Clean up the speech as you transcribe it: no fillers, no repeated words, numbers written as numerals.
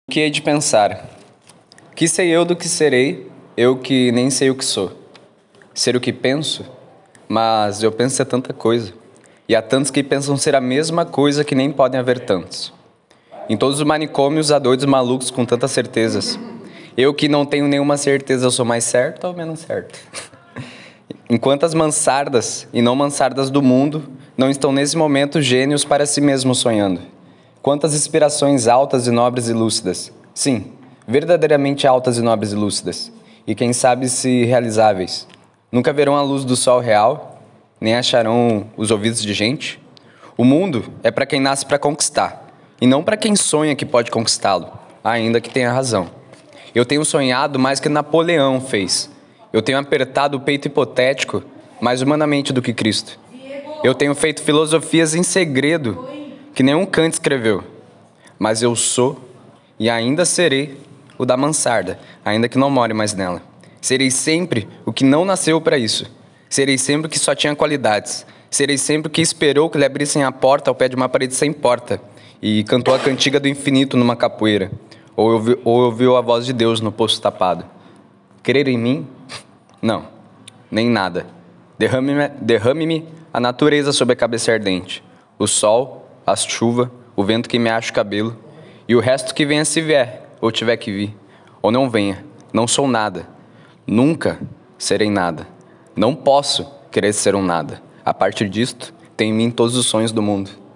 Que hei de pensar? Que sei eu do que serei, eu que nem sei o que sou? Ser o que penso? Mas eu penso ser tanta coisa. E há tantos que pensam ser a mesma coisa que nem podem haver tantos. Em todos os manicômios há doidos malucos com tantas certezas. Eu que não tenho nenhuma certeza, eu sou mais certo ou menos certo? Enquanto as mansardas e não mansardas do mundo não estão nesse momento gênios para si mesmos sonhando. Quantas inspirações altas e nobres e lúcidas. Sim, verdadeiramente altas e nobres e lúcidas. E quem sabe se realizáveis. Nunca verão a luz do sol real, nem acharão os ouvidos de gente. O mundo é para quem nasce para conquistar, e não para quem sonha que pode conquistá-lo, ainda que tenha razão. Eu tenho sonhado mais que Napoleão fez. Eu tenho apertado o peito hipotético mais humanamente do que Cristo. Eu tenho feito filosofias em segredo que nenhum Kant escreveu. Mas eu sou e ainda serei o da mansarda, ainda que não more mais nela. Serei sempre o que não nasceu para isso. Serei sempre o que só tinha qualidades. Serei sempre o que esperou que lhe abrissem a porta ao pé de uma parede sem porta e cantou a cantiga do infinito numa capoeira. Ou ouviu a voz de Deus no poço tapado. Crer em mim? Não, nem nada. Derrame-me a natureza sobre a cabeça ardente. O sol, a chuva, o vento que me acha o cabelo, e o resto que venha se vier, ou tiver que vir, ou não venha. Não sou nada. Nunca serei nada. Não posso querer ser um nada. A partir disto, tenho em mim todos os sonhos do mundo.